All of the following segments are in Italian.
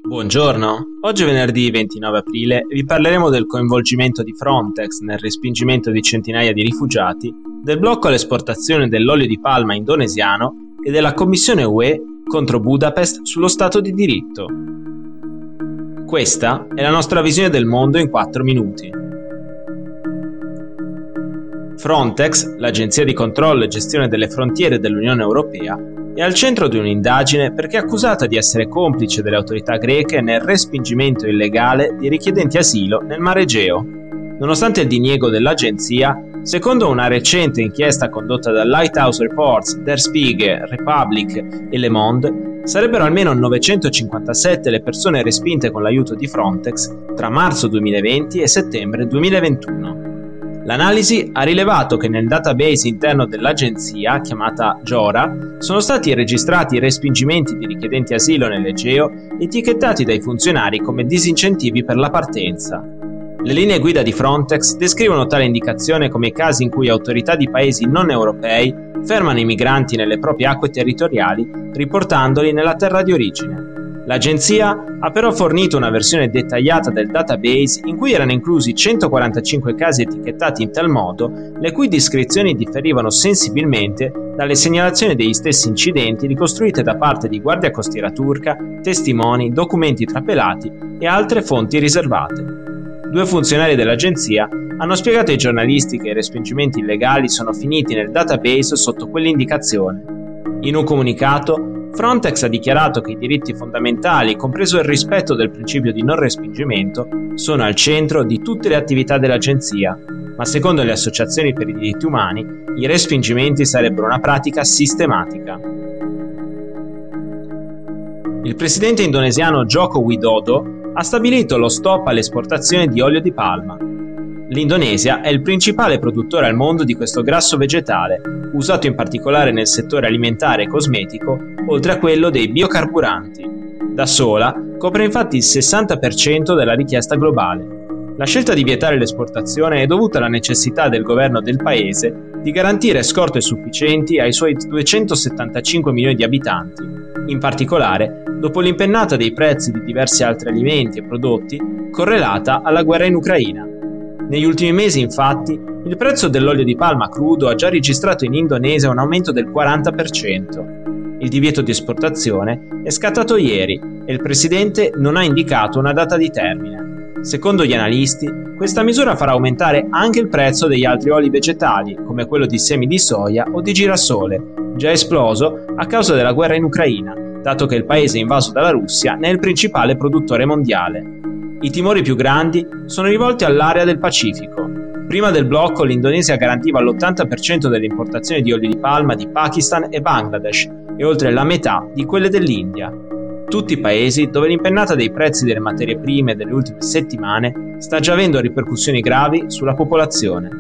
Buongiorno, oggi è venerdì 29 aprile e vi parleremo del coinvolgimento di Frontex nel respingimento di centinaia di rifugiati, del blocco all'esportazione dell'olio di palma indonesiano e della Commissione UE contro Budapest sullo Stato di diritto. Questa è la nostra visione del mondo in 4 minuti. Frontex, l'agenzia di controllo e gestione delle frontiere dell'Unione Europea, è al centro di un'indagine perché è accusata di essere complice delle autorità greche nel respingimento illegale di richiedenti asilo nel Mar Egeo. Nonostante il diniego dell'agenzia, secondo una recente inchiesta condotta da Lighthouse Reports, Der Spiegel, Republic e Le Monde, sarebbero almeno 957 le persone respinte con l'aiuto di Frontex tra marzo 2020 e settembre 2021. L'analisi ha rilevato che nel database interno dell'agenzia, chiamata JORA, sono stati registrati respingimenti di richiedenti asilo nell'Egeo etichettati dai funzionari come disincentivi per la partenza. Le linee guida di Frontex descrivono tale indicazione come i casi in cui autorità di paesi non europei fermano i migranti nelle proprie acque territoriali, riportandoli nella terra di origine. L'agenzia ha però fornito una versione dettagliata del database in cui erano inclusi 145 casi etichettati in tal modo, le cui descrizioni differivano sensibilmente dalle segnalazioni degli stessi incidenti ricostruite da parte di Guardia Costiera turca, testimoni, documenti trapelati e altre fonti riservate. 2 funzionari dell'agenzia hanno spiegato ai giornalisti che i respingimenti illegali sono finiti nel database sotto quell'indicazione. In un comunicato, Frontex ha dichiarato che i diritti fondamentali, compreso il rispetto del principio di non respingimento, sono al centro di tutte le attività dell'agenzia, ma secondo le associazioni per i diritti umani, i respingimenti sarebbero una pratica sistematica. Il presidente indonesiano Joko Widodo ha stabilito lo stop all'esportazione di olio di palma. L'Indonesia è il principale produttore al mondo di questo grasso vegetale, usato in particolare nel settore alimentare e cosmetico, oltre a quello dei biocarburanti. Da sola, copre infatti il 60% della richiesta globale. La scelta di vietare l'esportazione è dovuta alla necessità del governo del paese di garantire scorte sufficienti ai suoi 275 milioni di abitanti, in particolare dopo l'impennata dei prezzi di diversi altri alimenti e prodotti correlata alla guerra in Ucraina. Negli ultimi mesi, infatti, il prezzo dell'olio di palma crudo ha già registrato in Indonesia un aumento del 40%. Il divieto di esportazione è scattato ieri e il presidente non ha indicato una data di termine. Secondo gli analisti, questa misura farà aumentare anche il prezzo degli altri oli vegetali, come quello di semi di soia o di girasole, già esploso a causa della guerra in Ucraina, dato che il paese invaso dalla Russia ne è il principale produttore mondiale. I timori più grandi sono rivolti all'area del Pacifico. Prima del blocco l'Indonesia garantiva l'80% delle importazioni di olio di palma di Pakistan e Bangladesh e oltre la metà di quelle dell'India. Tutti paesi dove l'impennata dei prezzi delle materie prime delle ultime settimane sta già avendo ripercussioni gravi sulla popolazione.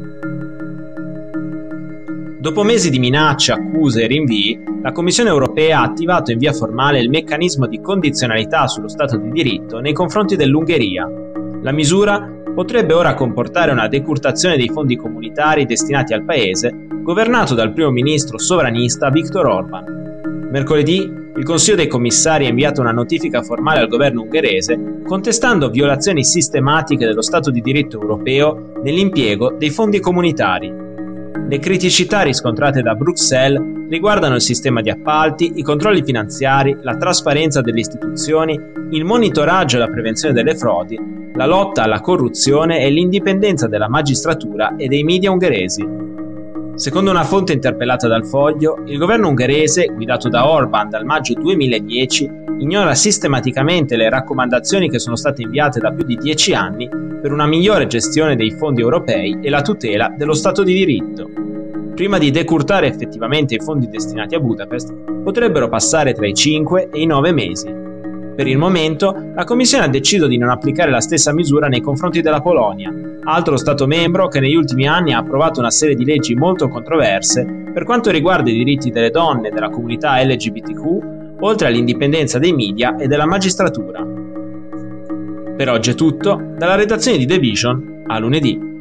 Dopo mesi di minacce, accuse e rinvii, la Commissione europea ha attivato in via formale il meccanismo di condizionalità sullo Stato di diritto nei confronti dell'Ungheria. La misura potrebbe ora comportare una decurtazione dei fondi comunitari destinati al paese, governato dal primo ministro sovranista Viktor Orban. Mercoledì, il Consiglio dei Commissari ha inviato una notifica formale al governo ungherese contestando violazioni sistematiche dello Stato di diritto europeo nell'impiego dei fondi comunitari. Le criticità riscontrate da Bruxelles riguardano il sistema di appalti, i controlli finanziari, la trasparenza delle istituzioni, il monitoraggio e la prevenzione delle frodi, la lotta alla corruzione e l'indipendenza della magistratura e dei media ungheresi. Secondo una fonte interpellata dal Foglio, il governo ungherese, guidato da Orban dal maggio 2010, ignora sistematicamente le raccomandazioni che sono state inviate da più di 10 anni per una migliore gestione dei fondi europei e la tutela dello Stato di diritto. Prima di decurtare effettivamente i fondi destinati a Budapest, potrebbero passare tra i 5 e i 9 mesi. Per il momento, la Commissione ha deciso di non applicare la stessa misura nei confronti della Polonia, altro Stato membro che negli ultimi anni ha approvato una serie di leggi molto controverse per quanto riguarda i diritti delle donne e della comunità LGBTQ, oltre all'indipendenza dei media e della magistratura. Per oggi è tutto, dalla redazione di The Vision a lunedì.